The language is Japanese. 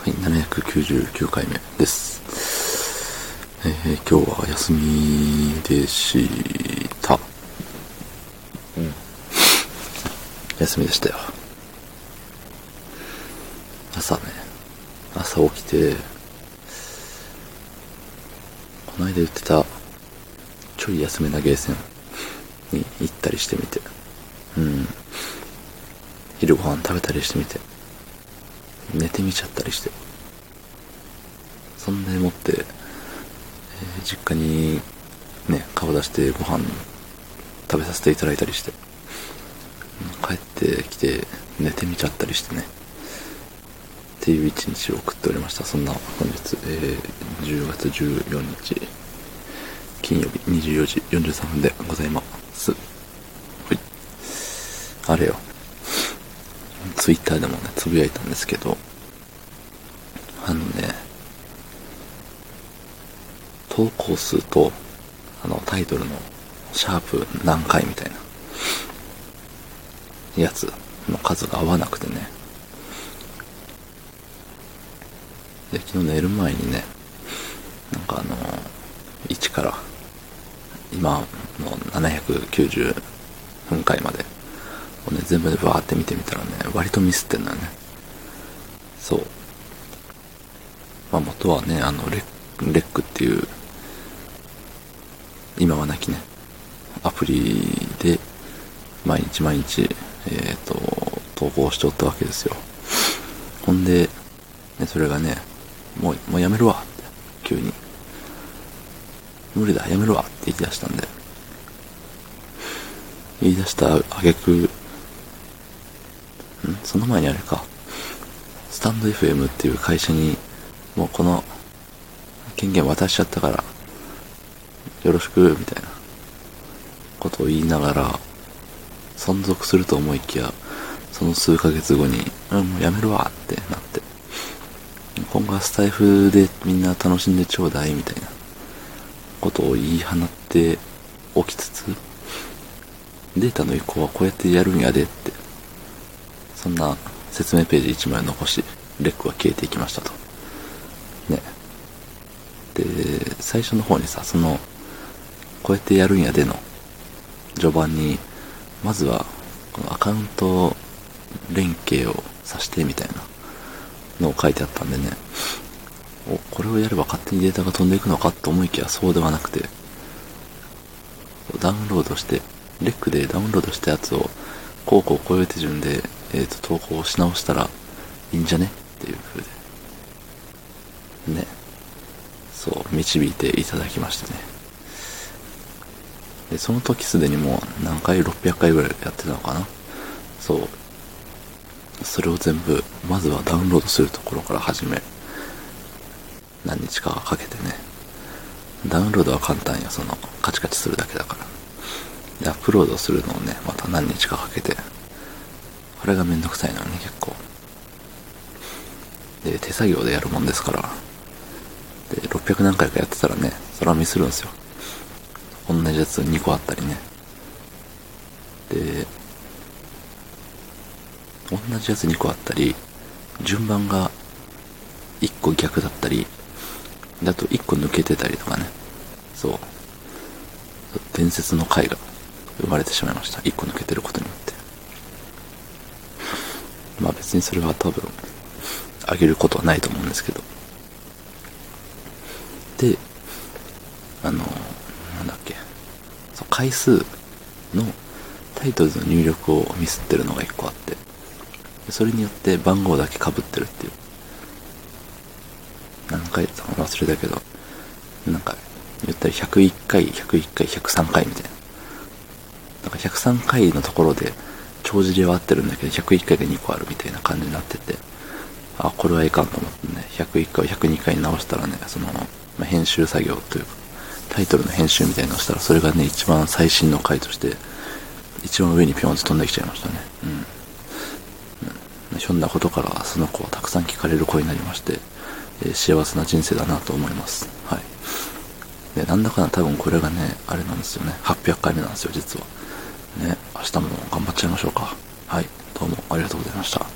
はい、799回目です。今日は休みでした。休みでしたよ。朝起きて、この間言ってた、ちょい休めなゲーセンに行ったりしてみて、昼ご飯食べたりしてみて、寝てみちゃったりして、そんでもって、実家にね、顔出してご飯食べさせていただいたりして、帰ってきて寝てみちゃったりしてね、っていう一日を送っておりました。そんな本日、10月14日金曜日24時43分でございます。はい。あれよ、ツイッターでもねつぶやいたんですけど、投稿数とタイトルのシャープ何回みたいなやつの数が合わなくてね、で昨日寝る前にね、1から今の790分回までをね全部でバーって見てみたらね、割とミスってんだよね。そう、元はねレックっていう今はなきねアプリで毎日投稿しちゃったわけですよ。ほんで、ね、それがねもうやめるわって急に無理だやめるわって言い出したんで、言い出した挙句その前にあれか、スタンド FM っていう会社にもうこの権限渡しちゃったからよろしくみたいなことを言いながら存続すると思いきや、その数ヶ月後にもうやめるわってなって、今後はスタイフでみんな楽しんでちょうだいみたいなことを言い放っておきつつ、データの移行はこうやってやるんやでって、そんな説明ページ1枚残しレックは消えていきましたとね。で最初の方にさ、こうやってやるんやでの序盤にまずはこのアカウント連携をさしてみたいなのを書いてあったんでね、これをやれば勝手にデータが飛んでいくのかと思いきやそうではなくて、ダウンロードしてレックでダウンロードしたやつをこういう手順で、投稿し直したらいいんじゃねっていう風でね、そう導いていただきましてね。でその時すでにもう何回600回ぐらいやってたのかな。そうそれを全部まずはダウンロードするところから始め、何日かかけてね、ダウンロードは簡単よ、カチカチするだけだから。でアップロードするのをねまた何日かかけて、これがめんどくさいのよね結構。で手作業でやるもんですから、で600何回かやってたらね、それはミスるんですよ。同じやつ2個あったりね。で同じやつ2個あったり、順番が1個逆だったりだと1個抜けてたりとかね、そう伝説の回が生まれてしまいました。1個抜けてることによって。別にそれは多分上げることはないと思うんですけど、でなんだっけ、回数のタイトルの入力をミスってるのが1個あって、それによって番号だけ被ってるっていう、何回だったか忘れたけど、言ったら101回103回みたいな、103回のところで帳尻は合ってるんだけど101回が2個あるみたいな感じになってて、これはいかんと思ってね、101回を102回に直したらね、編集作業というかタイトルの編集みたいなのをしたら、それがね一番最新の回として一番上にピョンと飛んできちゃいましたね。ひょんなことからその子はたくさん聞かれる子になりまして、幸せな人生だなと思います。はい。でなんだかな、多分これがねあれなんですよね、800回目なんですよ実はね。明日も頑張っちゃいましょうか。はい、どうもありがとうございました。